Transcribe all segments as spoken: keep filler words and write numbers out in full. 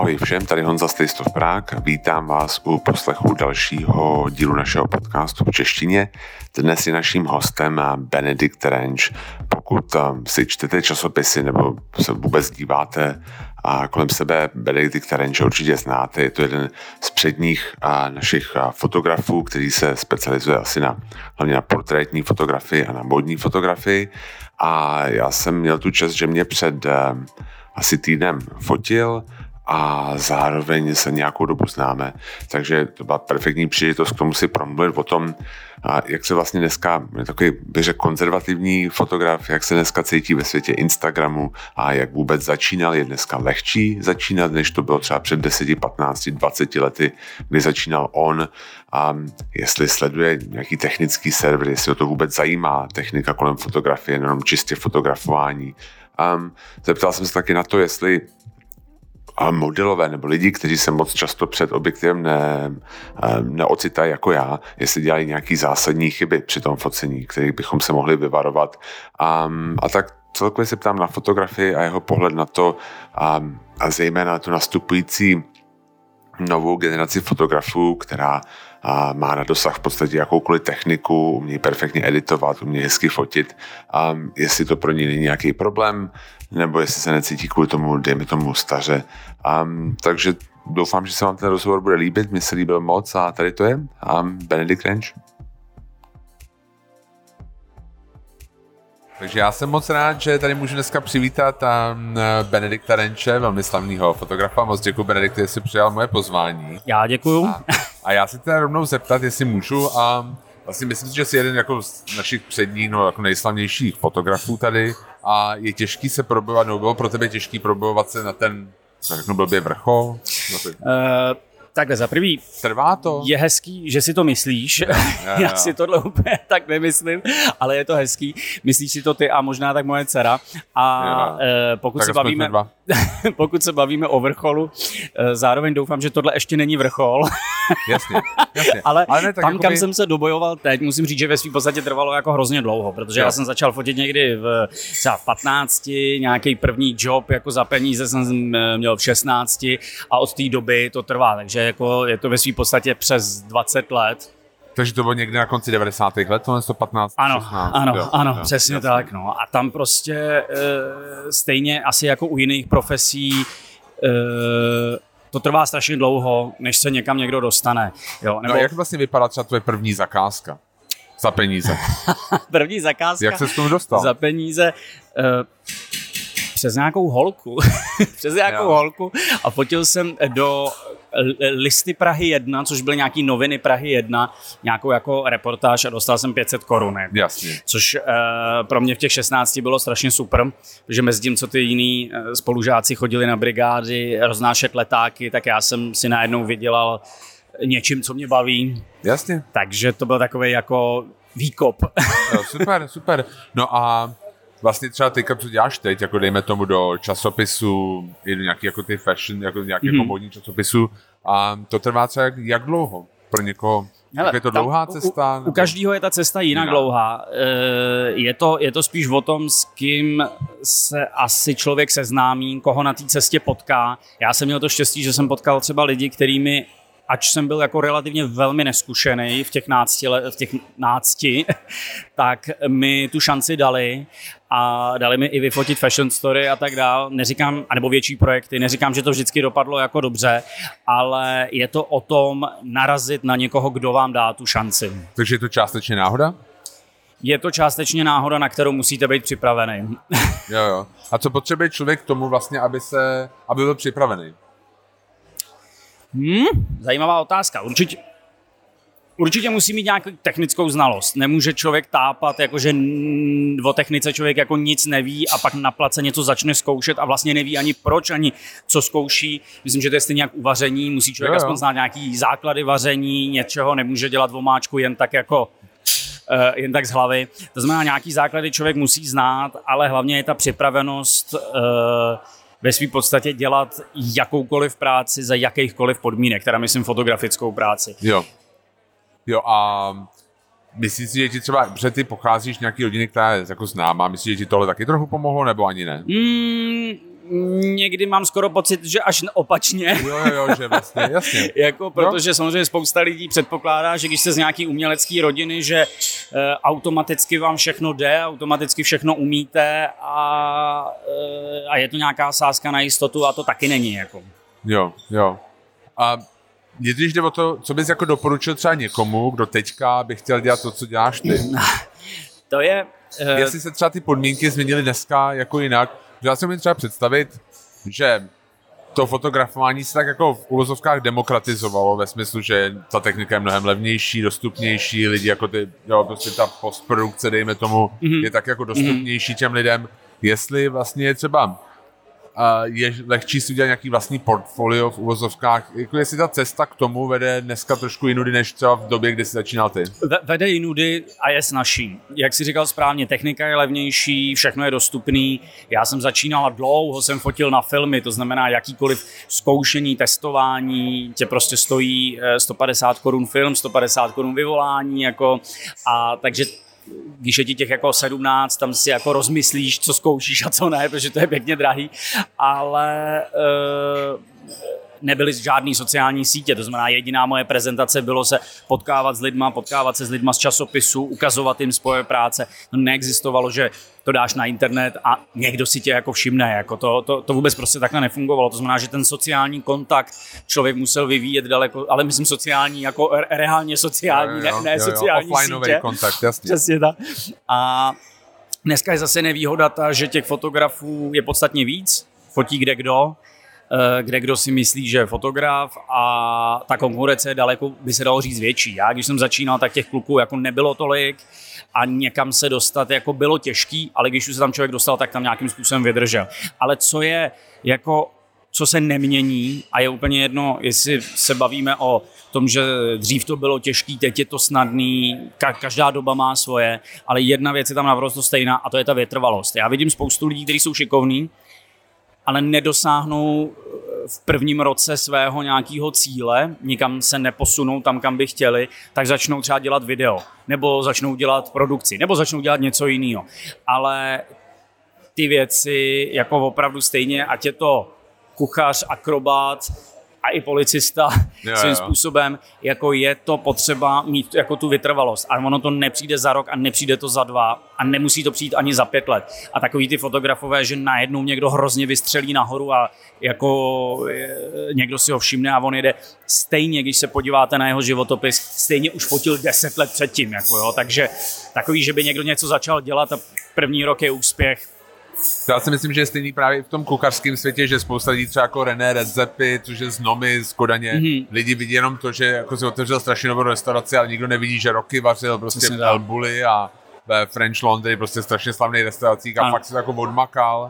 Ahoj všem, tady Honza z Taste of Prague. Vítám vás u poslechu dalšího dílu našeho podcastu v češtině. Dnes je naším hostem Benedikt Renč. Pokud si čtete časopisy nebo se vůbec díváte a kolem sebe Benedikta Renče určitě znáte. Je to jeden z předních našich fotografů, který se specializuje asi na, hlavně na portrétní fotografii a na módní fotografii. A já jsem měl tu čest, že mě před asi týdnem fotil a zároveň se nějakou dobu známe. Takže to byla perfektní příležitost k tomu si promluvit o tom, jak se vlastně dneska, je takový, bych řekl, konzervativní fotograf, jak se dneska cítí ve světě Instagramu a jak vůbec začínal. Je dneska lehčí začínat, než to bylo třeba před deseti, patnácti, dvaceti lety, kdy začínal on. A jestli sleduje nějaký technický server, jestli ho to vůbec zajímá, technika kolem fotografie, jenom čistě fotografování. Um, zeptal jsem se taky na to, jestli a modelové nebo lidi, kteří se moc často před objektivem ne, neocitají jako já, jestli dělají nějaký zásadní chyby při tom focení, kterých bychom se mohli vyvarovat. A, a tak celkově se ptám na fotografii a jeho pohled na to a, a zejména na tu nastupující novou generaci fotografů, která a, má na dosah v podstatě jakoukoliv techniku, umí perfektně editovat, umí hezky fotit. A jestli to pro ní není nějaký problém, nebo jestli se necítí kvůli tomu, dejme tomu staře. Um, takže doufám, že se vám ten rozhovor bude líbit, mně se líbil moc a tady to je um, Benedikt Renč. Takže já jsem moc rád, že tady můžu dneska přivítat um, Benedikta Renče, velmi slavného fotografa. Moc děkuji, Benedikt, že jsi přijal moje pozvání. Já děkuju. A, a já si teda rovnou zeptat, jestli můžu. A vlastně myslím si, že jsi jeden jako z našich předních, no, jako nejslavnějších fotografů tady a je těžký se probovat, nebo bylo pro tebe těžký probovat se na ten, řeknu blbě, vrchol? Uh, takhle, za prvý, trvá to? Je hezký, že si to myslíš. Já, já, já si tohle úplně tak nemyslím, ale je to hezký. Myslíš si to ty a možná tak moje dcera. A uh, pokud, se bavíme, pokud se bavíme o vrcholu, uh, zároveň doufám, že tohle ještě není vrchol. Jasně, jasně. Ale, ale ne, tak tam, jakoby... kam jsem se dobojoval teď, musím říct, že ve svým podstatě trvalo jako hrozně dlouho, protože jo. Já jsem začal fotit někdy v třeba v patnácti, nějaký první job jako za peníze jsem měl v šestnácti a od té doby to trvá, takže jako je to ve svým podstatě přes dvacet let. Takže to bylo někdy na konci devadesátých let, to patnáct, ano, šestnáct. Ano, jo, ano, jo, přesně jasný. tak. No. A tam prostě e, stejně asi jako u jiných profesí e, to trvá strašně dlouho, než se někam někdo dostane. Jo, nebo... No jak vlastně vypadá třeba tvoje první zakázka? Za peníze. První zakázka? Jak se k tomu dostal? Za peníze... E, přes nějakou holku. přes nějakou jo. holku a fotil jsem do Listy Prahy jedna, což byly nějaký noviny Prahy jedna, nějakou jako reportáž a dostal jsem pět set korun. Jasně. Což e, pro mě v těch šestnácti bylo strašně super, protože mezi tím, co ty jiný spolužáci chodili na brigády roznášet letáky, tak já jsem si najednou vydělal něčím, co mě baví. Jasně. Takže to byl takový jako výkop. Jo, super, super. No a vlastně třeba teďka, co děláš teď, jako dejme tomu do časopisu, do nějaký jako ty fashion, jako nějaký mm-hmm. jako módní časopisu, a to trvá třeba jak, jak dlouho pro někoho? Hele, je to dlouhá cesta? U, u každého je ta cesta jinak, jinak. dlouhá. Je to, je to spíš o tom, s kým se asi člověk seznámí, koho na té cestě potká. Já jsem měl to štěstí, že jsem potkal třeba lidi, kterými ač jsem byl jako relativně velmi neskušený v těch nácti, v těch nácti tak mi tu šanci dali a dali mi i vyfotit fashion story a tak dál. Neříkám, anebo větší projekty, neříkám, že to vždycky dopadlo jako dobře, ale je to o tom narazit na někoho, kdo vám dá tu šanci. Takže je to částečně náhoda? Je to částečně náhoda, na kterou musíte být připravený. Jo, jo. A co potřebuje člověk k tomu vlastně, aby, se, aby byl připravený? Hmm, zajímavá otázka. Určitě, určitě musí mít nějakou technickou znalost. Nemůže člověk tápat, jakože o technice člověk jako nic neví a pak na place něco začne zkoušet a vlastně neví ani proč, ani co zkouší. Myslím, že to je stejně jak u vaření. Musí člověk jo, jo. aspoň znát nějaký základy vaření, něčeho, nemůže dělat omáčku jen tak jako Uh, jen tak z hlavy. To znamená, nějaký základy člověk musí znát, ale hlavně je ta připravenost uh, ve své podstatě dělat jakoukoliv práci za jakýchkoliv podmínek, teda myslím fotografickou práci. Jo. Jo a myslíš si, že ti třeba, protože ty pocházíš z nějaký rodiny, která je jako známá, myslíš, že ti tohle taky trochu pomohlo, nebo ani ne? Mm, Někdy mám skoro pocit, že až opačně. Jo, jo, že vlastně, jasně. jako, protože no. samozřejmě spousta lidí předpokládá, že když jste z nějaký umělecké rodiny, že e, automaticky vám všechno jde, automaticky všechno umíte a, e, a je to nějaká sázka na jistotu a to taky není. Jako. Jo, jo. A když jde o to, co bys jako doporučil třeba někomu, kdo teďka by chtěl dělat to, co děláš ty? To je... E... Jestli se třeba ty podmínky změnily dneska jako jinak, že já si můžu třeba představit, že to fotografování se tak jako v uvozovkách demokratizovalo ve smyslu, že ta technika je mnohem levnější, dostupnější, lidi jako ty, jo, prostě ta postprodukce, dejme tomu, mm-hmm. je tak jako dostupnější těm lidem. Jestli vlastně je třeba uh, je lehčí si udělat nějaký vlastní portfolio v uvozovkách, jako jestli ta cesta k tomu vede dneska trošku jinudy, než třeba v době, kdy jsi začínal ty. Vede jinudy a je snazší. Jak jsi říkal správně, technika je levnější, všechno je dostupný. Já jsem začínal a dlouho jsem fotil na filmy, to znamená jakýkoliv zkoušení, testování, tě prostě stojí sto padesát korun film, sto padesát korun vyvolání, jako, a takže když je ti těch jako sedmnáct, tam si jako rozmyslíš, co zkoušíš a co ne, protože to je pěkně drahý, ale e, nebyly žádný sociální sítě, to znamená jediná moje prezentace bylo se potkávat s lidma, potkávat se s lidma z časopisu, ukazovat jim svoje práce. No, neexistovalo, že to dáš na internet a někdo si tě jako všimne, jako to, to, to vůbec prostě takhle nefungovalo, to znamená, že ten sociální kontakt člověk musel vyvíjet daleko, ale myslím sociální, jako reálně sociální, jo, jo, ne, ne jo, jo, sociální offlineový sítě. Kontakt, jasně. Přesně tak. A dneska je zase nevýhoda ta, že těch fotografů je podstatně víc, fotí kde kdo, kde kdo si myslí, že je fotograf a ta konkurence je daleko, by se dalo říct, větší. Já když jsem začínal, tak těch kluků jako nebylo tolik a někam se dostat jako bylo těžký, ale když už se tam člověk dostal, tak tam nějakým způsobem vydržel. Ale co je jako, co se nemění a je úplně jedno, jestli se bavíme o tom, že dřív to bylo těžký, teď je to snadný, ka- každá doba má svoje, ale jedna věc je tam naprosto stejná a to je ta vytrvalost. Já vidím spoustu lidí, kteří jsou šikovní, ale nedosáhnou v prvním roce svého nějakého cíle, nikam se neposunou tam, kam by chtěli, tak začnou třeba dělat video, nebo začnou dělat produkci, nebo začnou dělat něco jiného. Ale ty věci jako opravdu stejně, ať je to kuchař, akrobát a i policista jo, svým jo. způsobem, jako je to potřeba mít jako tu vytrvalost. A ono to nepřijde za rok a nepřijde to za dva a nemusí to přijít ani za pět let. A takový ty fotografové, že najednou někdo hrozně vystřelí nahoru a jako někdo si ho všimne a on jede. Stejně, když se podíváte na jeho životopis, stejně už fotil deset let předtím. Jako jo. Takže takový, že by někdo něco začal dělat a první rok je úspěch. Já si myslím, že je stejný právě v tom kuchařském světě, že spousta lidí třeba jako René Redzepi, což je z Nomy, z Kodaně, mm-hmm. lidi vidí jenom to, že jako si otevřel strašně novou restauraci, ale nikdo nevidí, že roky vařil prostě v El Bulli a ve French Laundry, prostě strašně slavný restauracích a ano. Fakt se to jako odmakal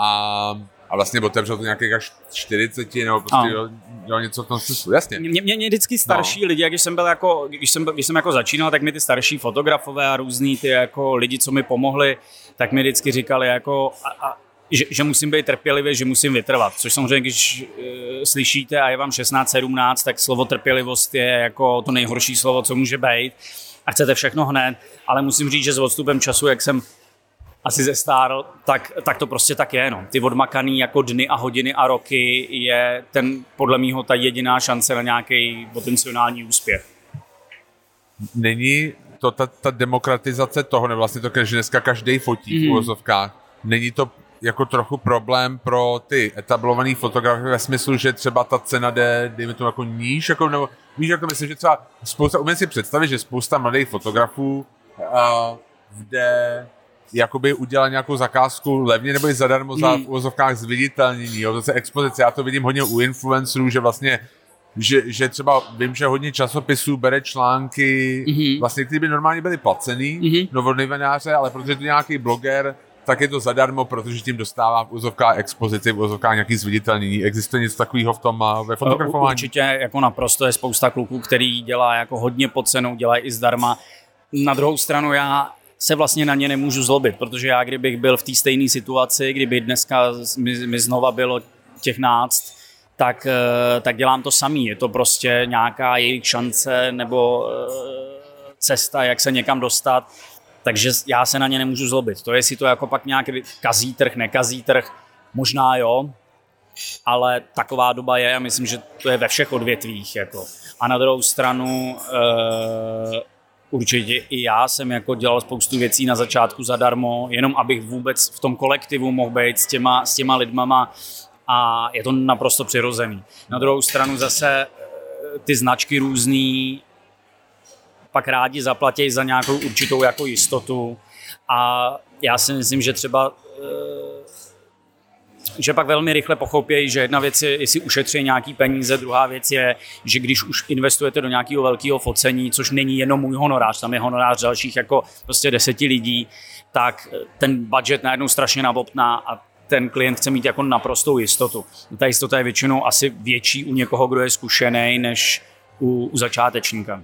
a, a vlastně otevřel to nějakých až čtyřicet nebo prostě jo, jo, něco v tom smyslu, jasně. Mě, mě, mě vždycky starší no. lidi, když jsem byl jako, když jsem, když jsem jako začínal, tak mi ty starší fotografové a různý ty jako lidi, co mi pomohli, tak mi vždycky říkali, jako, a, a, že, že musím být trpělivý, že musím vytrvat. Což samozřejmě, když e, slyšíte a je vám šestnáct sedmnáct, tak slovo trpělivost je jako to nejhorší slovo, co může být. A chcete všechno hned, ale musím říct, že s odstupem času, jak jsem asi zestárl, tak, tak to prostě tak je. No. Ty odmakaný jako dny a hodiny a roky je ten, podle mýho, ta jediná šance na nějaký potenciální úspěch. Není to ta, ta demokratizace toho, nebo vlastně to, že dneska každý fotí mm. v uvozovkách, není to jako trochu problém pro ty etablovaný fotografy ve smyslu, že třeba ta cena jde, dejme tomu jako níž, jako, nebo víš, jako myslím, že třeba spousta, umím si představit, že spousta mladých fotografů uh, jde jakoby udělat nějakou zakázku levně nebo i zadarmo mm. za v uvozovkách zviditelnění, jo, zase expozice, já to vidím hodně u influencerů, že vlastně Že, že třeba vím, že hodně časopisů bere články, mm-hmm. vlastně, které by normálně byly placený, mm-hmm. novonovináře, ale protože to nějaký bloger, tak je to zadarmo, protože tím dostává v úzovkách expozici, v úzovkách nějaký zviditelnění. Existuje něco takového v tom ve fotografování? Určitě jako naprosto je spousta kluků, který dělá jako hodně pod cenou, dělají i zdarma. Na druhou stranu já se vlastně na ně nemůžu zlobit, protože já kdybych byl v té stejné situaci, kdyby dneska mi, mi znova bylo těch náct, Tak, tak dělám to samý. Je to prostě nějaká jejich šance nebo cesta, jak se někam dostat. Takže já se na ně nemůžu zlobit. To, jestli to jako pak nějak kazí trh, nekazí trh, možná jo, ale taková doba je a myslím, že to je ve všech odvětvích. Jako. A na druhou stranu uh, určitě i já jsem jako dělal spoustu věcí na začátku zadarmo, jenom abych vůbec v tom kolektivu mohl být s těma, s těma lidmama a je to naprosto přirozený. Na druhou stranu zase ty značky různý pak rádi zaplatí za nějakou určitou jako jistotu a já si myslím, že třeba že pak velmi rychle pochopějí, že jedna věc je, jestli ušetří nějaký peníze, druhá věc je, že když už investujete do nějakého velkého focení, což není jenom můj honorář, tam je honorář dalších jako prostě deseti lidí, tak ten budget najednou strašně nabobtná a ten klient chce mít jako naprostou jistotu. Ta jistota je většinou asi větší u někoho, kdo je zkušený, než u, u začátečníka.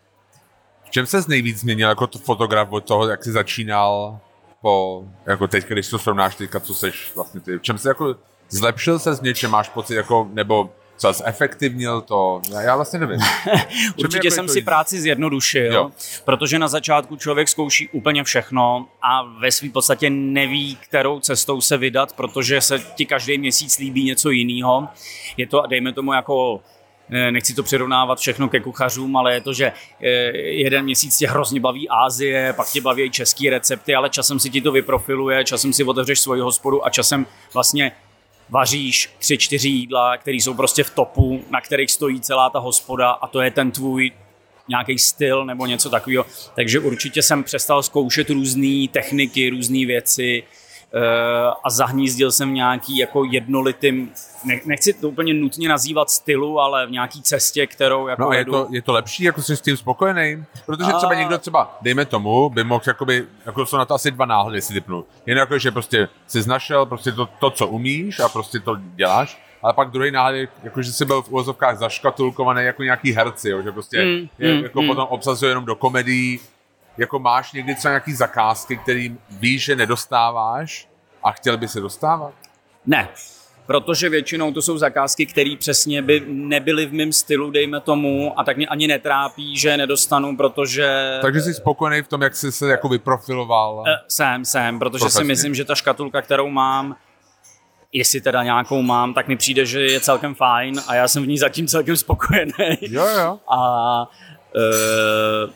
V čem ses nejvíc změnil jako to fotograf od toho, jak jsi začínal po, jako teď, když to srovnáš teďka, co seš vlastně ty, v čem se jako zlepšil ses v něčem, máš pocit jako, nebo co zefektivnil to, já vlastně nevím. Určitě jako jsem to si jít? práci zjednodušil, jo. Protože na začátku člověk zkouší úplně všechno a ve své podstatě neví, kterou cestou se vydat, protože se ti každý měsíc líbí něco jiného. Je to, dejme tomu jako, nechci to přirovnávat všechno ke kuchařům, ale je to, že jeden měsíc tě hrozně baví Asie, pak tě baví český recepty, ale časem si ti to vyprofiluje, časem si otevřeš svoji hospodu a časem vlastně vaříš tři, čtyři jídla, které jsou prostě v topu, na kterých stojí celá ta hospoda a to je ten tvůj nějaký styl nebo něco takového. Takže určitě jsem přestal zkoušet různé techniky, různé věci a zahnízdil jsem nějaký jako jednolitým, nechci to úplně nutně nazývat stylu, ale v nějaký cestě, kterou jako no a je jedu. to, je to lepší, jako jsi s tím spokojený? Protože třeba a... někdo třeba, dejme tomu, by mohl jakoby, jako jsou na to asi dva náhledy, si typnu. Jen jako, že prostě jsi našel prostě to, to, co umíš a prostě to děláš, ale pak druhý náhled, jako že jsi byl v uvozovkách zaškatulkovaný jako nějaký herci, jo, že prostě mm, je, mm, jako mm. potom obsazuje jenom do komedií. Jako máš někdy třeba nějaký zakázky, který víš, že nedostáváš a chtěl by se dostávat? Ne, protože většinou to jsou zakázky, které přesně by nebyly v mém stylu, dejme tomu, a tak mě ani netrápí, že nedostanu, protože... Takže jsi spokojený v tom, jak jsi se jako vyprofiloval? Jsem, jsem, protože profesně. Si myslím, že ta škatulka, kterou mám, jestli teda nějakou mám, tak mi přijde, že je celkem fajn a já jsem v ní zatím celkem spokojený. Jo, jo. A... Uh,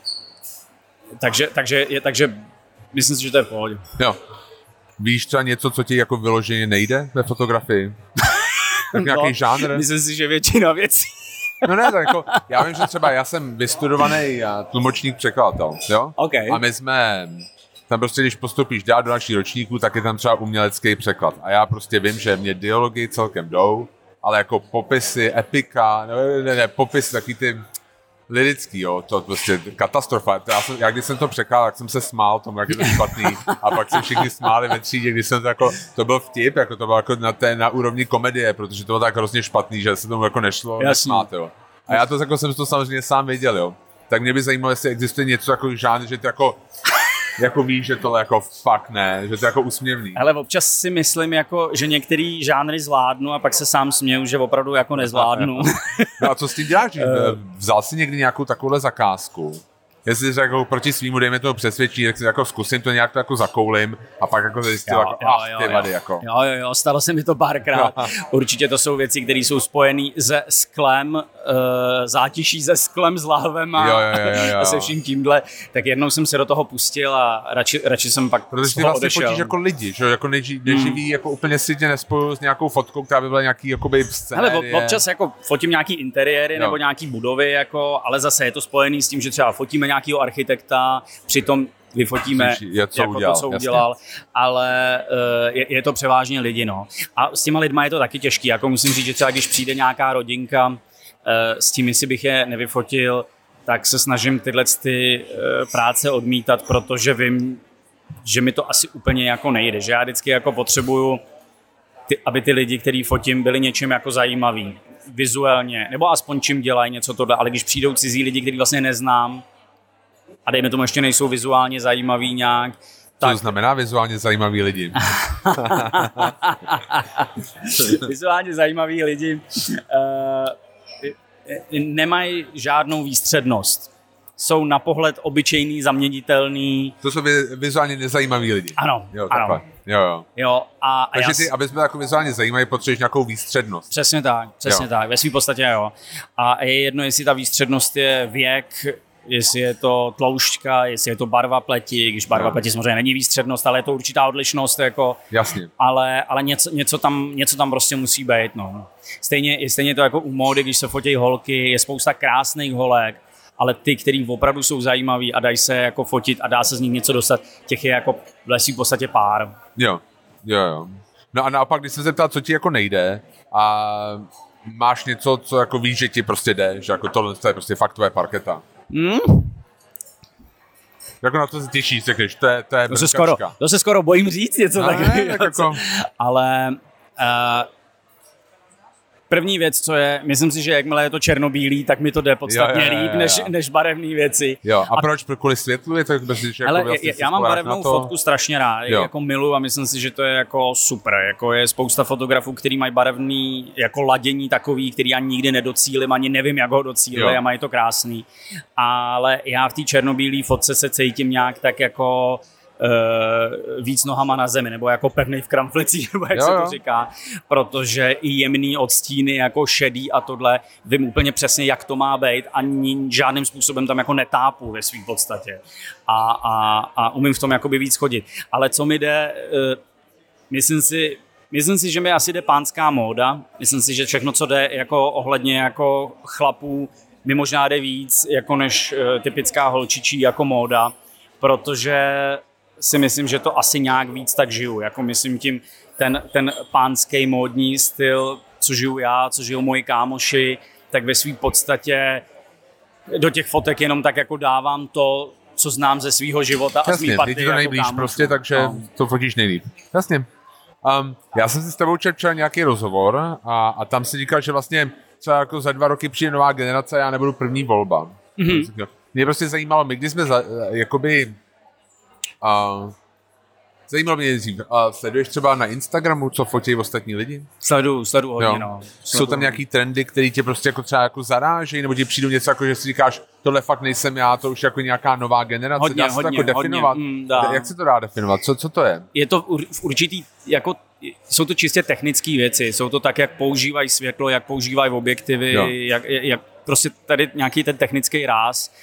Takže, takže, je, takže myslím si, že to je v pohodě. Jo. Víš třeba něco, co ti jako vyloženě nejde ve fotografii? Tak nějaký no, žánr? Myslím si, že většina věcí. No ne, tak jako, já vím, že třeba já jsem vystudovaný tlumočník překladatel, jo? Okay. A my jsme, tam prostě, když postupíš dál do dalších ročníků, tak je tam třeba umělecký překlad. A já prostě vím, že mě dialogy celkem jdou, ale jako popisy, epika, ne, ne, ne popisy, takový ty... lirický, jo, to prostě katastrofa. Já, jsem, já když jsem to překládal, tak jsem se smál tomu, jak je to špatný. A pak se všichni smáli ve třídě, když jsem to jako, to byl vtip, jako to bylo jako na, té, na úrovni komedie, protože to bylo tak hrozně špatný, že se tomu jako nešlo nesmát, jo. A já to jako jsem to samozřejmě sám věděl, jo. Tak mě by zajímalo, jestli existuje něco jako žánr, že to jako jako víš, že tohle jako fakt ne, že to je jako úsměvný. Ale občas si myslím, jako, že některý žánry zvládnu a pak se sám směju, že opravdu jako nezvládnu. No a co s tím děláš? Vzal jsi někdy nějakou takovouhle zakázku? Jestli jsi jako proti svýmu, dejme toho přesvědčí, tak si jako zkusím to nějak to jako zakoulím a pak jako zjistil, jo, jako, jo, ach, jo, ty jo. vady, jako. Jo, jo, jo, stalo se mi to párkrát. Určitě to jsou věci, které jsou spojené se sklem, uh, zátiší se sklem, s láhvem a, jo, jo, jo, jo. a se vším tímhle. Tak jednou jsem se do toho pustil a radši, radši jsem pak protože ty vlastně fotíš jako lidi, že jako neživí, neživí hmm. jako úplně si tě nespojují s nějakou fotkou, která by byla nějaký jakoby scénérie. Hele, občas jako fotím nějaký interiéry jo. nebo nějaký budovy, jako, ale zase je to spojený s tím, že třeba fotíme nějakýho architekta, přitom vyfotíme je, co jako udělal, to, co udělal, ale uh, je, je to převážně lidi, no. A s těma lidma je to taky těžký, jako musím říct, že třeba když přijde nějaká rodinka uh, s tím, jestli bych je nevyfotil, tak se snažím tyhle ty uh, práce odmítat, protože vím, že mi to asi úplně jako nejde, že já vždycky jako potřebuju, ty, aby ty lidi, který fotím, byli něčím jako zajímavý, vizuálně, nebo aspoň čím dělají něco tohle, ale když přijdou cizí lidi, který vlastně neznám, a dejme tomu ještě nejsou vizuálně zajímaví nějak. Co tak... to znamená vizuálně zajímaví lidi? Vizuálně zajímaví lidi uh, nemají žádnou výstřednost. jsou na pohled obyčejný, zaměnitelný. To jsou vizuálně nezajímaví lidi. Ano, jo, ano. Jo, jo. jo a, a Takže já... ty, abys byl jako vizuálně zajímavý, potřebuješ nějakou výstřednost. Přesně tak, přesně jo. tak, ve své podstatě jo. A je jedno, jestli ta výstřednost je věk, jestli je to tloušťka, jestli je to barva pleti, když barva no. pleti samozřejmě není výstřednost, ale je to určitá odlišnost, jako, jasně. ale, ale něco, něco, tam, něco tam prostě musí být. No. Stejně, stejně to jako u módy, když se fotí holky, je spousta krásných holek, ale ty, který opravdu jsou zajímavý a dají se jako fotit a dá se z nich něco dostat, těch je jako v lesí v podstatě pár. Jo, jo, jo. No a naopak, když jsem se zeptal, co ti jako nejde a máš něco, co jako víš, že ti prostě jde, že jako tohle je prostě fakt tvoje parketa. Hmm? Jako na to se těšíš, řekneš, to je, to je to se, skoro, to se skoro bojím říct něco takového. Tak jako... Ale uh, první věc, co je, myslím si, že jakmile je to černobílý, tak mi to jde podstatně jo, jo, jo, jo. líp, než, než barevné věci. Jo, a, a proč? Kvůli světlu? Je to jako, že ale jako vlastně já mám barevnou fotku strašně rád, jo. jako milu a myslím si, že to je jako super. Jako je spousta fotografů, kteří mají barevný jako ladění takový, který já nikdy nedocílim, ani nevím, jak ho docílit a mají to krásný. Ale já v té černobílé fotce se cítím nějak tak jako Uh, víc nohama na zemi, nebo jako pevnej v kramflicích, nebo jak jo, se to jo. říká, protože i jemný odstíny, jako šedý a tohle, vím úplně přesně, jak to má být a žádným způsobem tam jako netápu ve svým podstatě. A, a, a umím v tom jakoby víc chodit. Ale co mi jde, uh, myslím si, myslím si, že mi asi jde pánská móda, myslím si, že všechno, co jde jako ohledně jako chlapů, mi možná jde víc, jako než uh, typická holčičí jako móda, protože si myslím, že to asi nějak víc tak žiju. Jako myslím tím ten, ten pánský módní styl, co žiju já, co žiju moji kámoši, tak ve své podstatě do těch fotek jenom tak jako dávám to, co znám ze svého života. Jasně, a z mý party to jako nejblíž kámoši. Prostě, takže no. to fotíš nejlíp. Jasně. Um, já jsem si s tebou četl nějaký rozhovor a, a tam si říkal, že vlastně třeba jako za dva roky přijde nová generace a já nebudu první volba. Mm-hmm. Mě prostě zajímalo, my když jsme za, jakoby Uh, zajímalo mě nejdřív, uh, sleduješ třeba na Instagramu, co fotí ostatní lidi? Sleduju, sleduju hodně, no. Sleduju. Jsou tam nějaký trendy, které tě prostě jako třeba jako zarážejí, nebo ti přijdu něco jako, že si říkáš, tohle fakt nejsem já, to už jako nějaká nová generace, hodně, dá se hodně, to jako definovat? Mm, dá. Jak se to dá definovat? Co, co to je? Je to v určitý, jako, jsou to čistě technické věci, jsou to tak, jak používají světlo, jak používají objektivy, jak, jak prostě tady nějaký ten technický ráz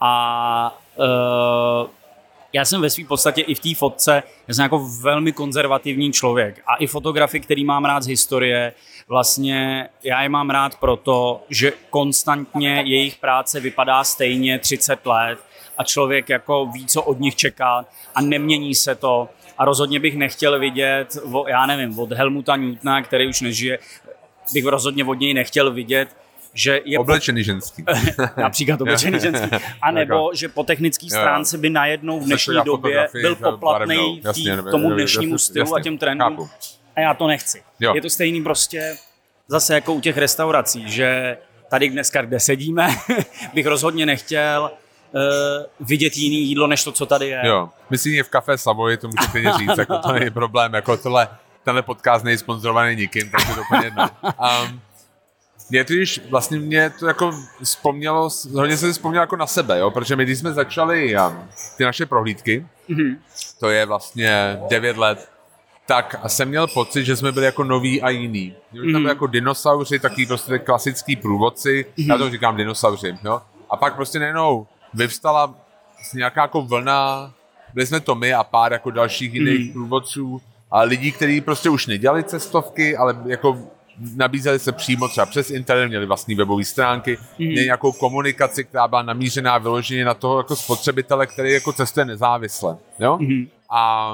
a uh, já jsem ve své podstatě i v té fotce, já jsem jako velmi konzervativní člověk a i fotografy, který mám rád z historie, vlastně já je mám rád proto, že konstantně jejich práce vypadá stejně třicet let a člověk jako ví, co od nich čeká a nemění se to a rozhodně bych nechtěl vidět, já nevím, od Helmuta Newtona, který už nežije, bych rozhodně od něj nechtěl vidět, že je oblečený ženský. Například oblečený ženský. A nebo, že po technické stránce by najednou v dnešní době byl poplatný k tomu dnešnímu stylu a těm trendům. A já to nechci. Jo. Je to stejný prostě zase jako u těch restaurací, že tady dneska, kde sedíme, bych rozhodně nechtěl uh, vidět jiný jídlo, než to, co tady je. Jo. Myslím, že v Café Savoy, to můžete klidně říct, jako to není problém, jako tohle, tenhle podcast není sponzorovaný nikým, takže to úplně jedno. Um, Mě to již, vlastně mě to jako vzpomnělo, hodně se vzpomnělo jako na sebe, jo, protože my když jsme začali um, ty naše prohlídky, mm-hmm. to je vlastně devět let, tak a jsem měl pocit, že jsme byli jako noví a jiný. Že mm-hmm. tam byli jako dinosauři, takový prostě klasický průvodci, mm-hmm. já to říkám dinosauři, jo, a pak prostě najednou vyvstala nějaká jako vlna, byli jsme to my a pár jako dalších jiných mm-hmm. průvodců a lidí, kteří prostě už nedělali cestovky, ale jako nabízeli se přímo třeba přes internet, měli vlastní webové stránky, mm. měli nějakou komunikaci, která byla namířená vyloženě na toho jako spotřebitele, který jako cestuje nezávisle, jo? Mm. A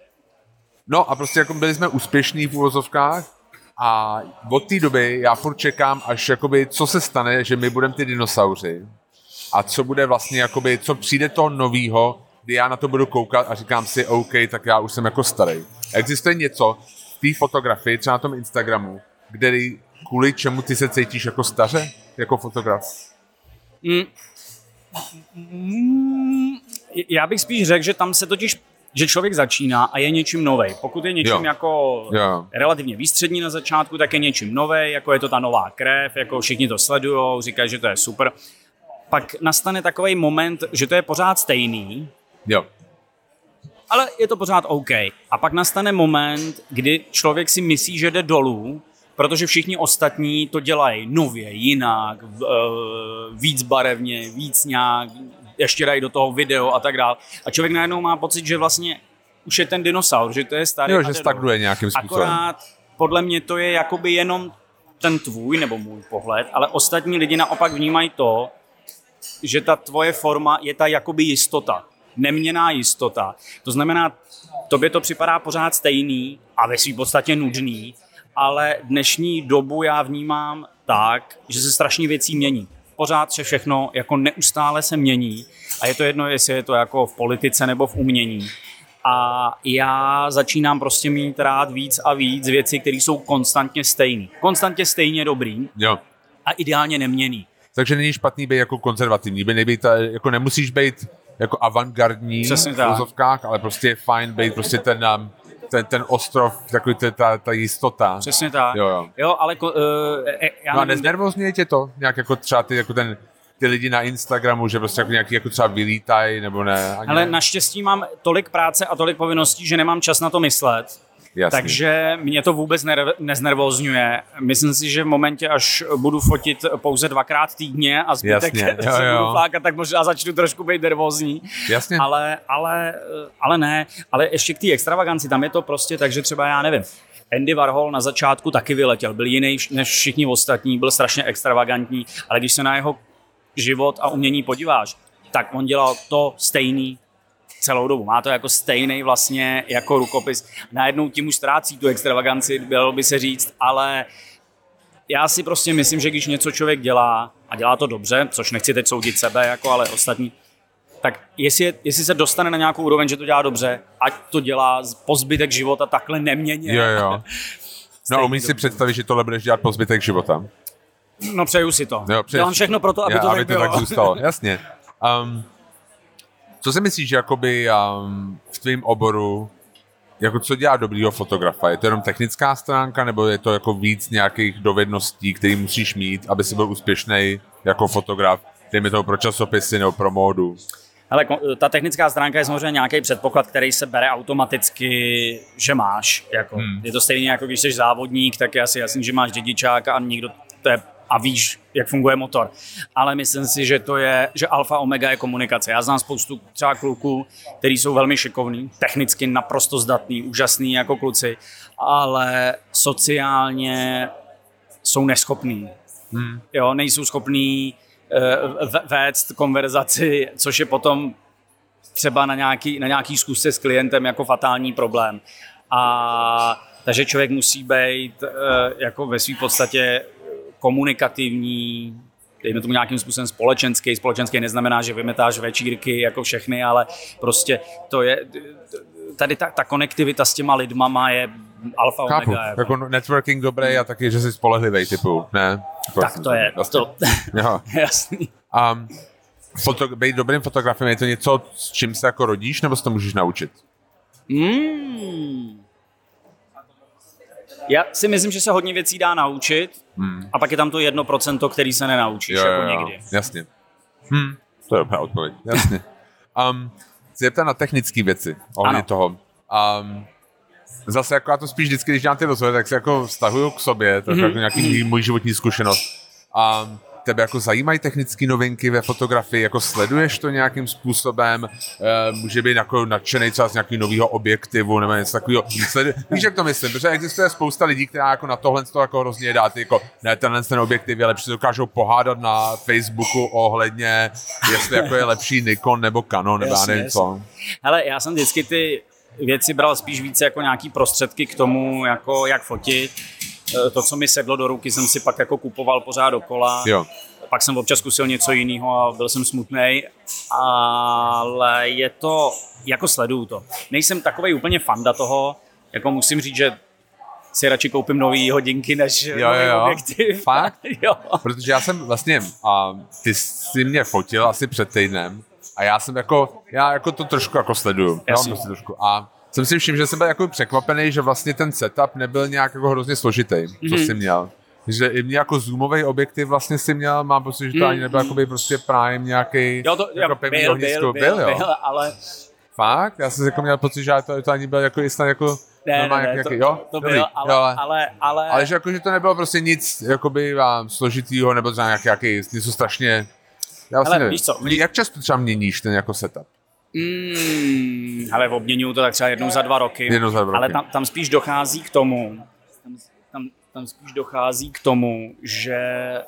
no a prostě jako byli jsme úspěšní v uvozovkách a od té doby já furt čekám, až jakoby, co se stane, že my budeme ty dinosauři a co bude vlastně jakoby, co přijde toho novýho, kdy já na to budu koukat a říkám si, OK, tak já už jsem jako starý. Existuje něco v té fotografii, třeba na tom Instagramu, který, kvůli čemu ty se cítíš jako staře, jako fotograf? Mm. Mm. Já bych spíš řekl, že tam se totiž, že člověk začíná a je něčím novej. Pokud je něčím jo. jako jo. relativně výstřední na začátku, tak je něčím novej, jako je to ta nová krev, jako všichni to sledujou, říkají, že to je super. pak nastane takový moment, že to je pořád stejný, Jo. ale je to pořád OK. A pak nastane moment, kdy člověk si myslí, že jde dolů, protože všichni ostatní to dělají nově, jinak, víc barevně, víc nějak, ještě dají do toho video a tak dále. A člověk najednou má pocit, že vlastně už je ten dinosaur, že to je starý. Jo, že stagnuje nějakým způsobem. Akorát podle mě to je jakoby jenom ten tvůj nebo můj pohled, ale ostatní lidi naopak vnímají to, že ta tvoje forma je ta jakoby jistota. Neměnná jistota. To znamená, tobě to připadá pořád stejný a ve svým podstatě nudný, ale dnešní dobu já vnímám tak, že se strašně věcí mění. Pořád se všechno jako neustále se mění a je to jedno, jestli je to jako v politice nebo v umění. A já začínám prostě mít rád víc a víc věcí, které jsou konstantně stejné. Konstantně stejně dobrý Jo. a ideálně neměnný. Takže není špatný být jako konzervativní, by nebýt, jako nemusíš být jako avantgardní v filozofkách, ale prostě je fajn být prostě ten, ten, ten ostrov, takový ta, ta jistota. Přesně tak. Jo, jo. jo ale uh, já no a neznervozňuje tě to? Nějak jako třeba ty, jako ten, ty lidi na Instagramu, že prostě jako nějaký jako třeba vylítají, nebo ne? Ani ale ne? Naštěstí mám tolik práce a tolik povinností, že nemám čas na to myslet. Jasný. Takže mě to vůbec nerv, neznervózňuje. Myslím si, že v momentě, až budu fotit pouze dvakrát týdně a zbytek se budu flákat, tak možná začnu trošku být nervózní. Jasně. Ale, ale, ale ne. Ale ještě k té extravaganci, tam je to prostě tak, že třeba já nevím. Andy Warhol na začátku taky vyletěl, byl jiný než všichni ostatní, byl strašně extravagantní, ale když se na jeho život a umění podíváš, tak on dělal to stejný celou dobu. Má to jako stejný vlastně jako rukopis. Najednou tím už ztrácí tu extravaganci, bylo by se říct, ale já si prostě myslím, že když něco člověk dělá a dělá to dobře, což nechci teď soudit sebe, jako ale ostatní, tak jestli, jestli se dostane na nějakou úroveň, že to dělá dobře, ať to dělá po zbytek života takhle neměně. Jo, jo. No a umíš si představit, že tohle budeš dělat po zbytek života? No přeju si to. Jo, Dělám všechno pro to, aby já, to aby tak to bylo. tak zůstalo. Jasně. Um, co si myslíš, že jakoby um, v tvém oboru, jako co dělá dobrýho fotografa? Je to jenom technická stránka, nebo je to jako víc nějakých dovedností, které musíš mít, aby si byl úspěšný jako fotograf, dejme toho pro časopisy nebo pro módu? Ale ta technická stránka je samozřejmě nějaký předpoklad, který se bere automaticky, že máš. Jako. Hmm. Je to stejně jako když jsi závodník, tak je asi jasný, že máš dědičák a někdo to je, a víš, jak funguje motor. Ale myslím si, že to je, že alfa omega je komunikace. Já znám spoustu třeba kluků, kteří jsou velmi šikovní, technicky naprosto zdatní, úžasní jako kluci, ale sociálně jsou neschopní. Hmm. Jo, nejsou schopní vést konverzaci, což je potom třeba na nějaký, na nějaký zkusce s klientem jako fatální problém. A takže člověk musí být jako ve své podstatě komunikativní, dejme tomu nějakým způsobem společenský. Společenský neznamená, že vymetáš večírky jako všechny, ale prostě to je, tady ta, ta konektivita s těma lidmama je alfa Chápu. omega. Jako networking dobrý a taky, že jsi spolehlivý typu, ne? Tak to je. To, jasný. Um, foto, být dobrým fotografem, je to něco, s čím se jako rodíš, nebo se to můžeš naučit? Mm. Já si myslím, že se hodně věcí dá naučit hmm. a pak je tam to jedno procento, který se nenaučíš, jo, jako jo, někdy. Jasně. Hm. To je dobrá odpověď. Jasně. Um, chci zeptat na technické věci ohledně toho. Um, zase jako já to spíš vždycky, když dělám ty rozhovory, tak se jako vztahuju k sobě, to je mm-hmm. jako nějaký můj životní zkušenost. Um, tebe jako zajímají technické novinky ve fotografii, jako sleduješ to nějakým způsobem, e, může být jako nadšený třeba z nějakého nového objektivu nebo něco takového. Sledu... Víš, jak to myslím, protože existuje spousta lidí, která jako na tohle to jako hrozně dá, ty jako ne, tenhle ten objektiv je lepší, dokážou pohádat na Facebooku ohledně, jestli jako je lepší Nikon nebo Canon, nebo já nevím co. Hele, já jsem vždycky ty věci bral spíš více jako nějaký prostředky k tomu, jako jak fotit. To, co mi sedlo do ruky, jsem si pak jako kupoval pořád dokola. Jo. Pak jsem občas zkusil něco jiného a byl jsem smutnej, ale je to, jako sleduju to. Nejsem takovej úplně fanda toho, jako musím říct, že si radši koupím nový hodinky, než jo, nový jo. objektiv. Fakt? Jo. Protože já jsem vlastně, a ty jsi mě fotil asi před týdnem a já jsem jako, já jako to trošku jako sleduju. Jasně. Jo, trošku. A jsem si všiml, že jsem byl jako překvapený, že vlastně ten setup nebyl nějak jako hrozně složitý, co mm-hmm. jsi měl. Že i mě jako zoomový objektiv vlastně si měl, mám pocit, že to ani nebyl jakoby prostě prime nějaký jo, to, jako pevný byl, byl, byl, byl, jo. byl, ale... Fakt? Já jsem jako měl pocit, že to, to ani byl jako snad jako ne, normálně ne, ne, nějaký, to, jo? to byl, ale, ale, ale, ale... Ale že jako, že to nebylo prostě nic jakoby vám složitýho, nebo třeba nějaký, nějaký něco strašně... Já vlastně hele, víš co? Mě... Jak často třeba měníš ten jako setup? Mm, ale obměňuju to tak třeba jednou za dva roky. Jednou za dva roky. Ale tam, tam spíš dochází k tomu, tam, tam, tam spíš dochází k tomu, že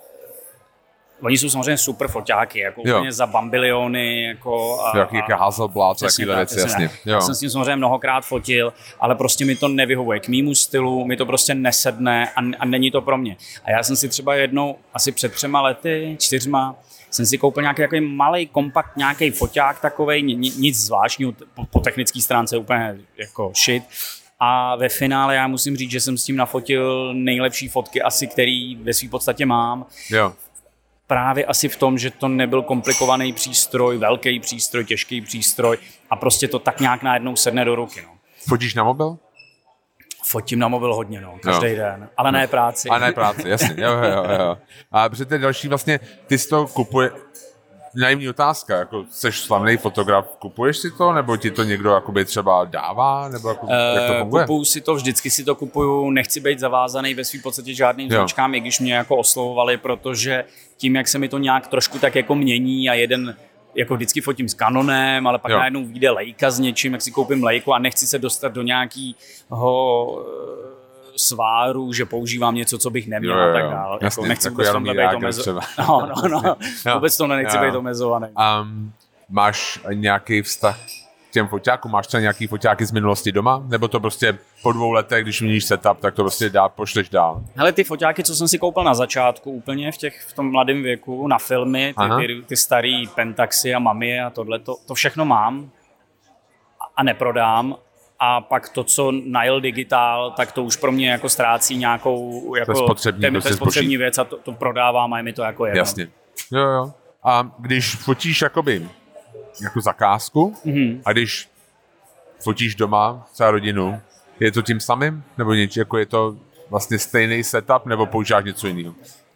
oni jsou samozřejmě super foťáky, jako jo. úplně za bambiliony, jako... A, jaký jaké Hasselblad, takovýhle věci, jasně. Jo. Já jsem s ním samozřejmě mnohokrát fotil, ale prostě mi to nevyhovuje k mýmu stylu, mi to prostě nesedne a, a není to pro mě. A já jsem si třeba jednou, asi před třema lety, čtyřma, jsem si koupil nějaký takový malej kompakt, nějaký foťák takovej, nic zvláštního, po, po technické stránce úplně jako shit. A ve finále já musím říct, že jsem s tím nafotil nejlepší fotky asi, který ve své podstatě mám. Jo. Právě asi v tom, že to nebyl komplikovaný přístroj, velký přístroj, těžký přístroj a prostě to tak nějak najednou sedne do ruky. No. Fotíš na mobil? Fotím na mobil hodně, no, každý jo. den, ale ne práci. A ne práci, jasně, jo, jo, jo. A protože to je další vlastně, ty si to kupuje, naivní otázka, jako jsi slavný fotograf, kupuješ si to, nebo ti to někdo jakoby třeba dává, nebo jako, uh, jak to funguje? Kupuju si to, vždycky si to kupuju, nechci být zavázaný ve svým podstatě žádným značkám, i když mě jako oslovovali, protože tím, jak se mi to nějak trošku tak jako mění a jeden jako vždycky fotím s Canonem, ale pak jo. najednou vyjde Leica s něčím, jak si koupím Leicu a nechci se dostat do nějakého sváru, že používám něco, co bych neměl jo, jo, jo. a tak dále. Jako, nechci jako vůbec tomhle být omezovaný. No, no, no. Vůbec tomhle nechci jo. být omezovaný. Um, máš nějaký vztah k těm foťákům? Máš třeba nějaký foťáky z minulosti doma? Nebo to prostě po dvou letech, když měníš setup, tak to prostě dá, pošleš dál? Hele, ty foťáky, co jsem si koupil na začátku úplně v, těch, v tom mladém věku, na filmy, ty, ty, ty starý Pentaxy a Mamiy a tohle, to, to všechno mám a neprodám. A pak to, co najel digitál, tak to už pro mě jako ztrácí nějakou jako, to je spotřební, ten, to je spotřební věc a to, to prodávám a je mi to jako jedno. Jasně. Jo, jo. A když fotíš jakoby jako zakázku mm-hmm. a když fotíš doma třeba rodinu, je to tím samým? Nebo něč, jako je to vlastně stejný setup, nebo používáš něco jiného?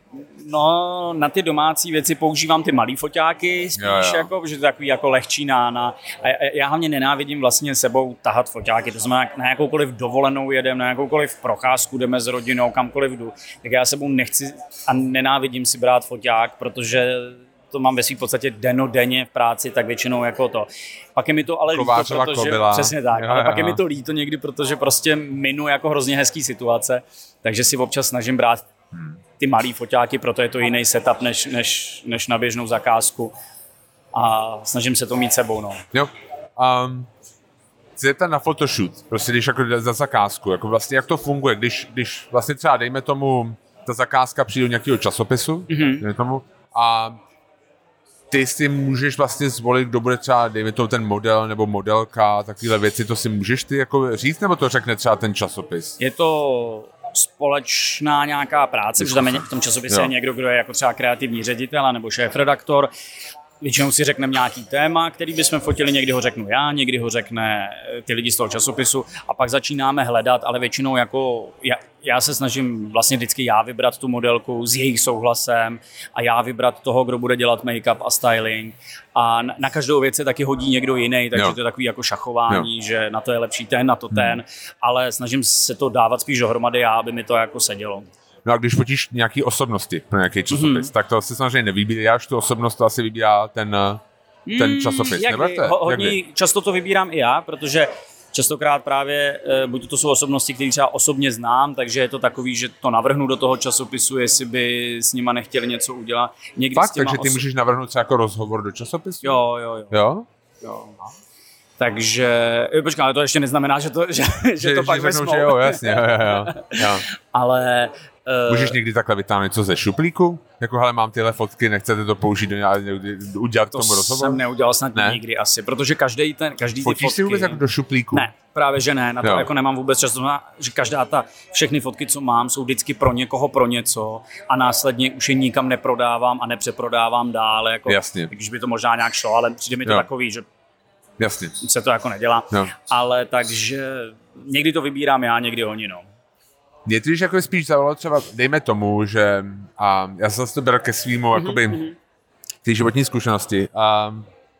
No, na ty domácí věci používám ty malý foťáky, spíš jo, jo. jako, že to je takový jako lehčí nána. A já hlavně nenávidím vlastně sebou tahat foťáky, to znamená, na jakoukoliv dovolenou jedem, na jakoukoliv procházku jdeme s rodinou, kamkoliv jdu, tak já sebou nechci a nenávidím si brát foťák, protože to mám ve svým podstatě dennodenně v práci, tak většinou jako to. Pak je mi to ale líto, protože, kobila. Přesně tak, jo, ale jo, pak je mi to líto někdy, protože prostě minu jako hrozně hezký situace, takže si občas snažím brát hmm. ty malý foťáky, proto je to jiný setup než, než, než na běžnou zakázku a snažím se to mít sebou. No. Jo. Um, Zeptat na photoshoot, prostě když jako za zakázku, jako vlastně jak to funguje, když, když vlastně třeba dejme tomu, ta zakázka přijde do nějakého časopisu, mm-hmm. dejme tomu, a ty si můžeš vlastně zvolit, kdo bude třeba, dejme tomu ten model nebo modelka, takovéhle věci, to si můžeš ty jako říct, nebo to řekne třeba ten časopis? Je to společná nějaká práce, protože tam je v tom časopise je někdo, kdo je jako třeba kreativní ředitel nebo šéfredaktor. Většinou si řekneme nějaký téma, který bychom fotili, někdy ho řeknu já, někdy ho řekne ty lidi z toho časopisu a pak začínáme hledat, ale většinou jako já, já se snažím vlastně vždycky já vybrat tu modelku s jejich souhlasem a já vybrat toho, kdo bude dělat make-up a styling a na, na každou věc se taky hodí někdo jiný, takže jo. to je takový jako šachování, jo. že na to je lepší ten, na to ten, hmm. ale snažím se to dávat spíš dohromady já, aby mi to jako sedělo. No a když fotíš nějaký osobnosti pro nějaký časopis, mm-hmm. tak to si samozřejmě nevybíráš, tu osobnost to asi vybírá ten, ten časopis. Mm, jak ho, hodně často to vybírám i já, protože častokrát právě, buď to jsou osobnosti, které třeba osobně znám, takže je to takový, že to navrhnu do toho časopisu, jestli by s nima nechtěli něco udělat. Někdy Fakt, takže ty oso... můžeš navrhnout třeba jako rozhovor do časopisu? Jo, jo, jo. Jo? Jo. Takže, počkej, ale to ještě neznamená, že to, že, že, že to pak vezmou. Že jo, jasně, jo, jo, jo. Ale... Můžeš někdy takhle vytáhnout něco ze šuplíku? Jako, hele, mám tyhle fotky, nechcete to použít do nějakého, udělat to tomu rozhovor? To jsem neudělal snad ne? nikdy asi, protože každý ten, každý Fotíš ty fotky... si vůbec jako do šuplíku? Ne, právě že ne, na to jo. jako nemám vůbec čas, že každá ta, všechny fotky, co mám, jsou vždycky pro někoho, pro něco a následně už je nikam neprodávám a nepřeprodávám dál, jako, jasně. když by to možná nějak šlo, ale přijde mi to jo. takový, že jasně. se to jako nedělá, jo. ale takže někdy to vybírám já, někdy oni, no. Mě to jako spíš zavolalo třeba, dejme tomu, že a já jsem to bral ke svýmu, mm-hmm. jakoby, té životní zkušenosti. A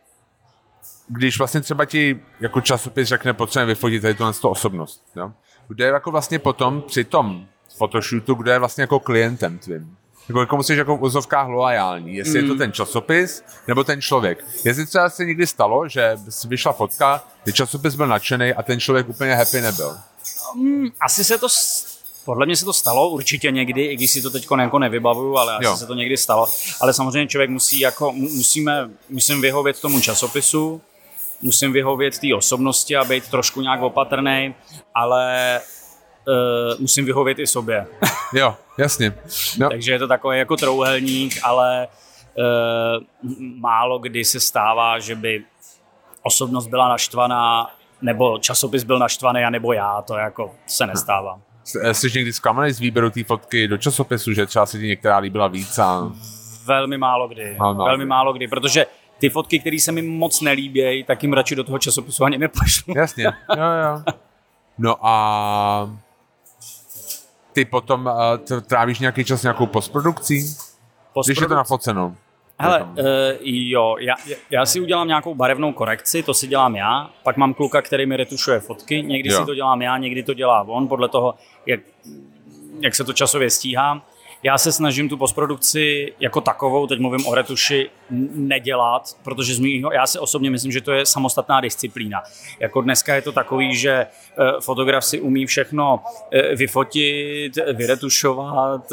když vlastně třeba ti jako časopis řekne, potřebujeme vyfotit tady tuhle osobnost, jo? Kdo je jako vlastně potom při tom fotoshootu, kdo je vlastně jako klientem tvým. Jako, jako musíš jako v úzovkách loajální, jestli mm. je to ten časopis, nebo ten člověk. Jestli třeba se někdy stalo, že vyšla fotka, kdy časopis byl nadšený a ten člověk úplně happy nebyl. Um, asi se to, podle mě se to stalo určitě někdy, i když si to teď jako nevybavuju, ale asi jo. se to někdy stalo. Ale samozřejmě člověk musí jako, musíme, musím vyhovět tomu časopisu, musím vyhovět té osobnosti a být trošku nějak opatrnej, ale uh, musím vyhovět i sobě. Jo, jasně. No. Takže je to takový jako trouhelník, ale uh, málo kdy se stává, že by osobnost byla naštvaná, nebo časopis byl naštvaný, anebo já, to jako se nestává. Jsi někdy zklamaný z výběru té fotky do časopisu, že třeba se ti některá líbila víc? A... Velmi málo kdy, málo velmi kdy. málo kdy, protože ty fotky, které se mi moc nelíbějí, tak jim radši do toho časopisu ani nepošlu. Jasně, jo, jo. No a ty potom uh, trávíš nějaký čas nějakou postprodukcí? Postproduc... Když je to nafoceno. Hele, uh, jo, já, já si udělám nějakou barevnou korekci, to si dělám já, pak mám kluka, který mi retušuje fotky, někdy jo. si to dělám já, někdy to dělá on, podle toho, jak, jak se to časově stíhá. Já se snažím tu postprodukci jako takovou, teď mluvím o retuši, nedělat, protože z mýho, já si osobně myslím, že to je samostatná disciplína. Jako dneska je to takový, že fotograf si umí všechno vyfotit, vyretušovat,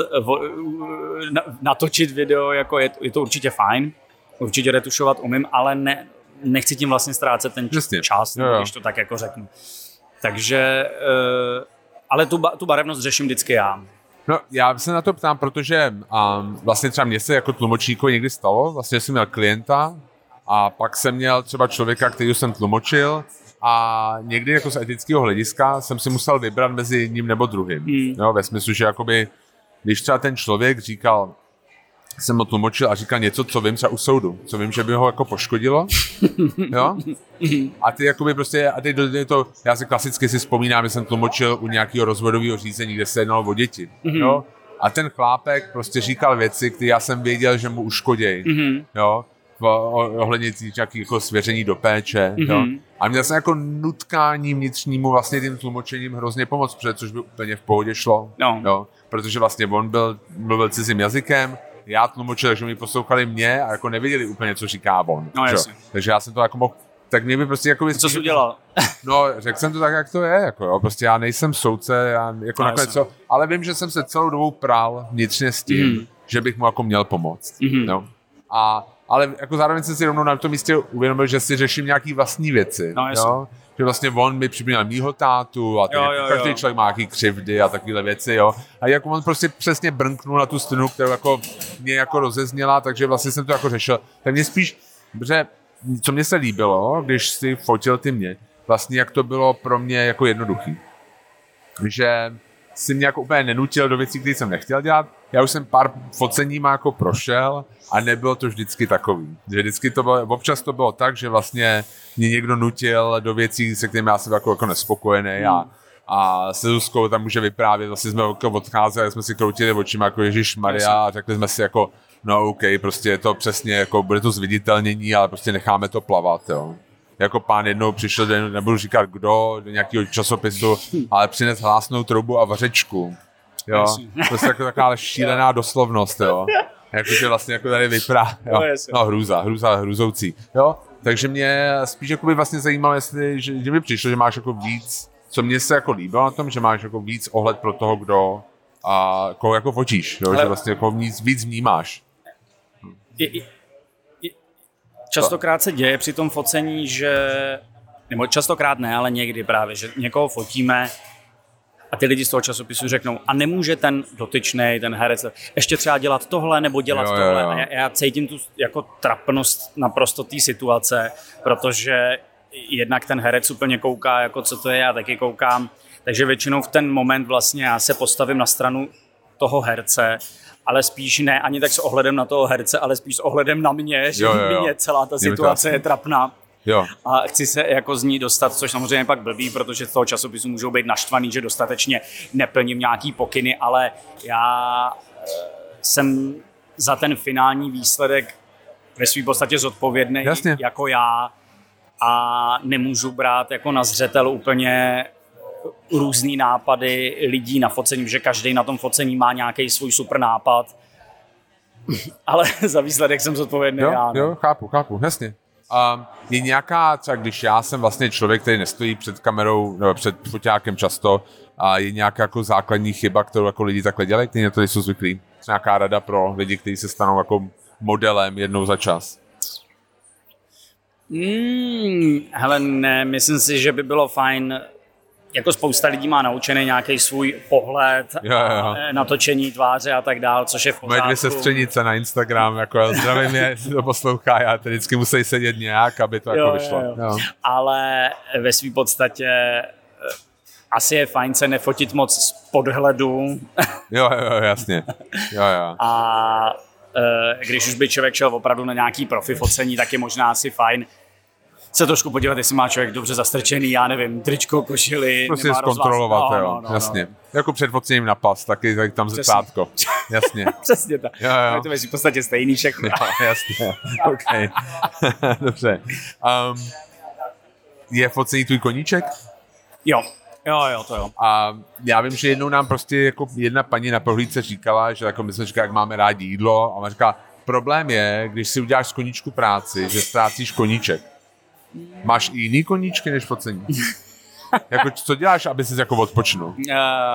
natočit video, jako je, je to určitě fajn, určitě retušovat umím, ale ne, nechci tím vlastně ztrácet ten Jasně. čas, jo, jo. když to tak jako řeknu. Takže, ale tu, tu barevnost řeším vždycky já. No, já se na to ptám, protože um, vlastně třeba mě se jako tlumočníkovi někdy stalo, vlastně jsem měl klienta a pak jsem měl třeba člověka, který jsem tlumočil a někdy jako z etického hlediska jsem si musel vybrat mezi jedním nebo druhým. Mm. Jo, ve smyslu, že jakoby, když třeba ten člověk říkal, jsem ho tlumočil a říkal něco, co vím třeba u soudu, co vím, že by ho jako poškodilo, jo? A ty jakoby prostě, a ty to, já si klasicky si vzpomínám, že jsem tlumočil u nějakého rozvodového řízení, kde se jednalo o děti, jo? A ten chlápek prostě říkal věci, které já jsem věděl, že mu uškodějí, jo? Ohledně nějakých jako svěření do péče, jo? A měl jsem jako nutkání vnitřnímu vlastně tím tlumočením hrozně pomoct, protože což by úplně v pohodě šlo, no. jo? Protože vlastně on byl, mluvil cizím jazykem, já tlumočil, takže mi poslouchali mě a jako nevěděli úplně, co říká on. No, takže já jsem to jako mohl, tak mě by prostě jako... Co jsi udělal? No, řekl jsem to tak, jak to je, jako jo, prostě já nejsem soudce, já jako no, nakonec co, ale vím, že jsem se celou dobu prál vnitřně s tím, mm. že bych mu jako měl pomoct, mm. no. A, ale jako zároveň jsem si rovnou na tom místě uvědomil, že si řeším nějaký vlastní věci, no, jo. Že vlastně on mi připomínal mýho tátu a ten, jo, jo, každý jo. člověk má nějaký křivdy a takovéhle věci, jo. A jako on prostě přesně brnknul na tu strunu, kterou jako mě jako rozezněla, takže vlastně jsem to jako řešil. Tak mě spíš, že co mě se líbilo, když si fotil ty mě, vlastně jak to bylo pro mě jako jednoduchý. Že si mě jako úplně nenutil do věcí, které jsem nechtěl dělat. Já už jsem pár foceníma jako prošel a nebylo to vždycky takový. Že vždycky to bylo, občas to bylo tak, že vlastně mě někdo nutil do věcí, se kterými já jsem jako, jako nespokojený hmm. a, a se Zuzkou tam může vyprávět, vlastně jsme jako odcházeli, jsme si kroutili očima jako Ježišmarja a řekli jsme si jako, no OK, prostě je to přesně, jako bude to zviditelnění, ale prostě necháme to plavat, jo. Jako pán jednou přišel, nebudu říkat kdo, do nějakého časopisu, ale přines hlásnou troubu a vařečku. Jo, prostě jako taková šílená doslovnost, jo. Jakože vlastně jako tady vyprá, jo. No hrůza, hrůza, hrůzoucí, jo. Takže mě spíš jako by vlastně zajímalo, jestli, že, že by přišlo, že máš jako víc, co mně se jako líbilo na tom, že máš jako víc ohled pro toho, kdo a koho jako fotíš, jo, že vlastně jako víc, víc vnímáš. Je, je, je, častokrát se děje při tom focení, že, nebo častokrát ne, ale někdy právě, že někoho fotíme a ty lidi z toho časopisu řeknou, a nemůže ten dotyčnej, ten herec, ještě třeba dělat tohle nebo dělat jo, tohle. Jo, jo. A já, já cítím tu jako trapnost naprosto té situace, protože jednak ten herec úplně kouká, jako co to je, já taky koukám. Takže většinou v ten moment vlastně já se postavím na stranu toho herce, ale spíš ne ani tak s ohledem na toho herce, ale spíš s ohledem na mě, že jo, jo, jo. mě celá ta situace je trapná. Jo. A chci se jako z ní dostat, což samozřejmě pak blbý, protože z toho časopisu můžou být naštvaný, že dostatečně neplním nějaký pokyny, ale já jsem za ten finální výsledek ve své podstatě zodpovědný jako já a nemůžu brát jako na zřetel úplně různý nápady lidí na focení, že každý na tom focení má nějaký svůj super nápad, ale za výsledek jsem zodpovědný jo, já. Jo, chápu, chápu, jasně. Um, je nějaká, třeba když já jsem vlastně člověk, který nestojí před kamerou nebo před foťákem často, a je nějaká jako základní chyba, kterou jako lidi takhle dělají, kteří na to jsou zvyklí? Nějaká rada pro lidi, kteří se stanou jako modelem jednou za čas? Hmm, hele, ne, myslím si, že by bylo fajn, jako spousta lidí má naučený nějaký svůj pohled, jo, jo. natočení tváře a tak dál, což je v pořádku. Moje dvě sestřenice na Instagram, jako zdravím je, si to poslouchá, já teď vždycky musí sedět nějak, aby to jo, jako vyšlo. Jo. Jo. Ale ve své podstatě asi je fajn se nefotit moc z podhledu. Jo, jo, jasně. Jo, jo. A když už by člověk šel opravdu na nějaký profi focení, tak je možná asi fajn se trošku podívat, jestli má člověk dobře zastrčený, já nevím, tričko, košili. Prostě zkontrolovat, no, jo, no, no, jasně. No. Jako před focením na pas, taky, taky tam zrcátko. Jasně. Přesně tak. Jo, jo. Je to v podstatě stejný všechno. Jo, jasně. OK. Dobře. Um, je focení tvůj koníček? Jo. Jo, jo, to jo. A já vím, že jednou nám prostě jako jedna paní na prohlídce říkala, že jako my jsme říkali, jak máme rádi jídlo, a ona říká, problém je, když si uděláš z koníčku práci, že ztrácíš koníček. Máš i jiný koníčky než focení? Jako, co děláš, aby jsi jako odpočnul? Uh,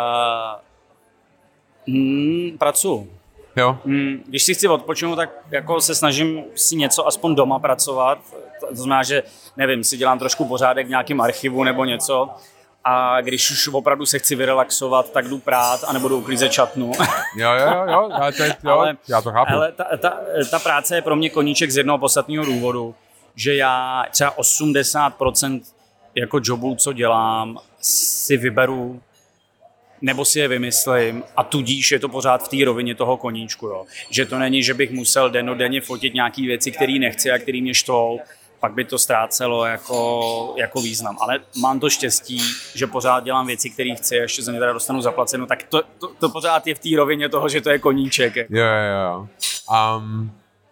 mm, pracuji. Jo? Mm, když si chci odpočinout, tak jako se snažím si něco aspoň doma pracovat. To znamená, že nevím, si dělám trošku pořádek v nějakém archivu nebo něco. A když už opravdu se chci vyrelaxovat, tak jdu prát a nebo jdu uklízet šatnu. Jo, jo, jo, já to, jo ale, já to chápu. Ale ta, ta, ta práce je pro mě koníček z jednoho podstatného důvodu, že já třeba osmdesát procent jako jobů, co dělám, si vyberu nebo si je vymyslím a tudíž je to pořád v té rovině toho koníčku. Jo. Že to není, že bych musel dennodenně fotit nějaké věci, které nechci a které mě štvou, pak by to ztrácelo jako, jako význam. Ale mám to štěstí, že pořád dělám věci, které chci a ještě za ně teda dostanu zaplaceno, tak to, to, to pořád je v té rovině toho, že to je koníček. Jo, jo, jo. Um,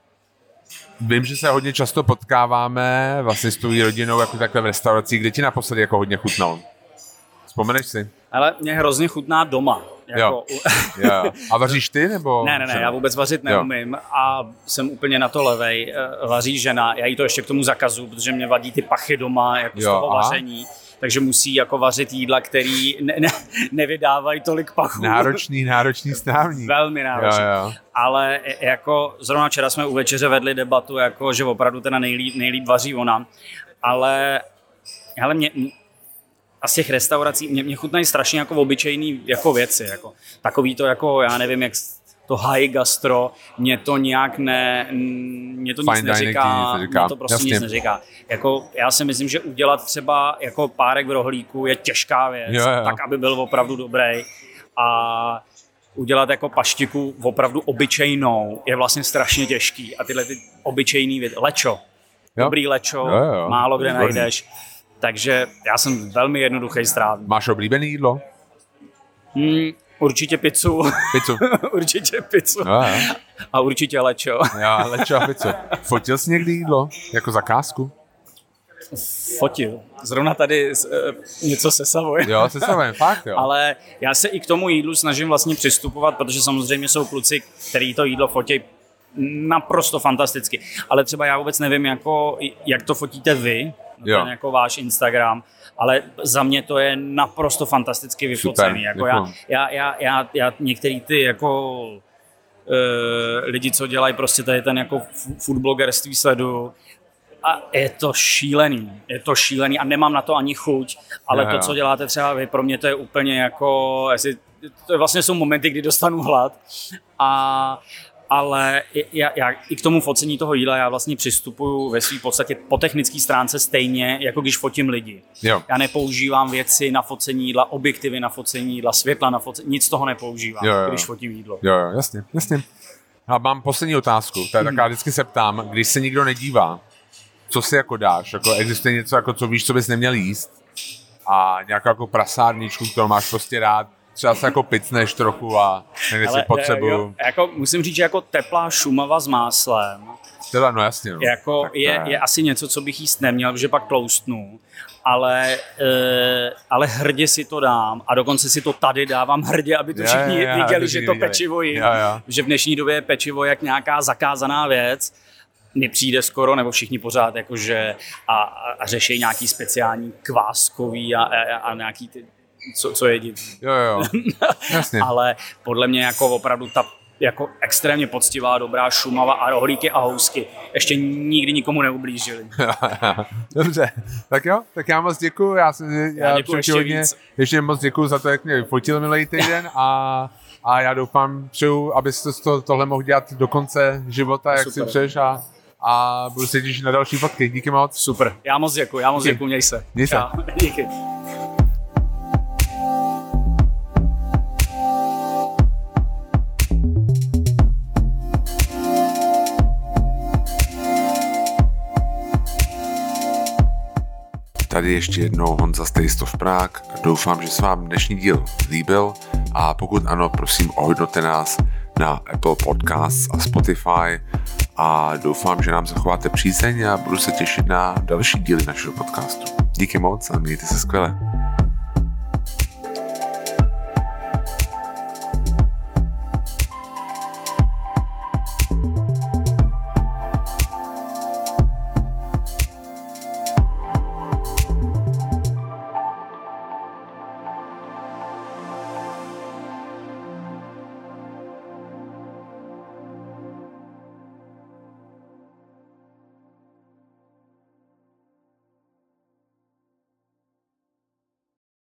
vím, že se hodně často potkáváme vlastně s tvojí rodinou jako takhle v restauracích, kde ti naposledy jako hodně chutnal. Vzpomeneš si? Ale mě hrozně chutná doma. Jako... Jo. Jo. A vaříš ty, nebo? Ne, ne, ne, já vůbec vařit neumím jo. A jsem úplně na to levej. Vaří žena, já jí to ještě k tomu zakazu, protože mě vadí ty pachy doma, jako jo, z toho aha. vaření. Takže musí jako vařit jídla, který ne, ne, nevydávají tolik pachů. Náročný, náročný strávník. Velmi náročný. Jo, jo. Ale jako zrovna včera jsme u večeře vedli debatu, jako, že opravdu teda nejlíp, nejlíp vaří ona. Ale, ale mě... A z těch restaurací mě, mě chutnají strašně jako obyčejný jako věci, jako takový to jako, já nevím, jak to high gastro, mě to nějak ne, mě to nic Fine neříká, neříká. mě to prostě Jasně. nic neříká. Jako, já si myslím, že udělat třeba jako párek v rohlíku je těžká věc, jo, jo. tak, aby byl opravdu dobrý. A udělat jako paštiku opravdu obyčejnou je vlastně strašně těžký. A tyhle ty obyčejný věci, lečo, jo. Dobrý lečo, jo, jo. málo kde Výborný. najdeš. Takže já jsem velmi jednoduchý strávník. Máš oblíbený jídlo? Hmm, určitě pizzu. Pizzu. určitě pizzu. Jo, jo. A určitě lečo. Jo, lečo a pizzu. Fotil jsi někdy jídlo? Jako zakázku? Fotil. Zrovna tady uh, něco se Savoy. Jo, se Savoy, fakt jo. Ale já se i k tomu jídlu snažím vlastně přistupovat, protože samozřejmě jsou kluci, který to jídlo fotí naprosto fantasticky. Ale třeba já vůbec nevím, jako, jak to fotíte vy, ten jako váš Instagram, ale za mě to je naprosto fantasticky vyfocený. Jako já, já, já, já, já některý ty jako uh, lidi, co dělají prostě tady ten jako foodblogerství sleduju a je to šílený, je to šílený a nemám na to ani chuť, ale to, co děláte třeba vy, pro mě to je úplně jako, jestli, to vlastně jsou momenty, kdy dostanu hlad a ale já, já i k tomu focení toho jídla já vlastně přistupuju ve své podstatě po technické stránce stejně, jako když fotím lidi. Jo. Já nepoužívám věci na focení jídla, objektivy na focení jídla, světla na focení, nic toho nepoužívám, jo, jo. když fotím jídlo. Jo, jo, jasně, jasně. A mám poslední otázku, to je taková, vždycky se ptám, když se nikdo nedívá, co si jako dáš? Jako existuje něco, jako co víš, co bys neměl jíst? A nějakou jako prasárničku, kterou máš prostě rád, třeba se jako picneš trochu a někde si potřebuju. Jako, musím říct, že jako teplá Šumava s máslem teda, no jasně, no. Jako je, je. je asi něco, co bych jíst neměl, protože pak tloustnu, ale, e, ale hrdě si to dám a dokonce si to tady dávám hrdě, aby to ja, všichni ja, ja, viděli, ja, že ja, to ja, pečivo jím, ja, ja. že v dnešní době je pečivo jak nějaká zakázaná věc, nepřijde skoro, nebo všichni pořád jakože a, a, a řeší nějaký speciální kváskový a, a, a nějaký ty, co, co jedí. Jo, jo, jasně. Ale podle mě jako opravdu ta jako extrémně poctivá, dobrá Šumava a rohlíky a housky ještě nikdy nikomu neublížili. Dobře, tak jo, tak já moc děkuju, já, já, já děkuju ještě hodně, víc. Ještě moc děkuju za to, jak mě fotil minulý týden a, a já doufám, přeju, abys to, tohle mohl dělat do konce života, jak Super. si přeješ a, a budu se těšit na další fotky. Díky moc. Super, já moc děkuju, já moc Díky. děkuju, měj se. Měj se. Já, díky. Tady ještě jednou Honza z Taste of Prague. Doufám, že se vám dnešní díl líbil a pokud ano, prosím ohodnoťte nás na Apple Podcasts a Spotify a doufám, že nám zachováte přízeň a budu se těšit na další díly našeho podcastu. Díky moc a mějte se skvěle.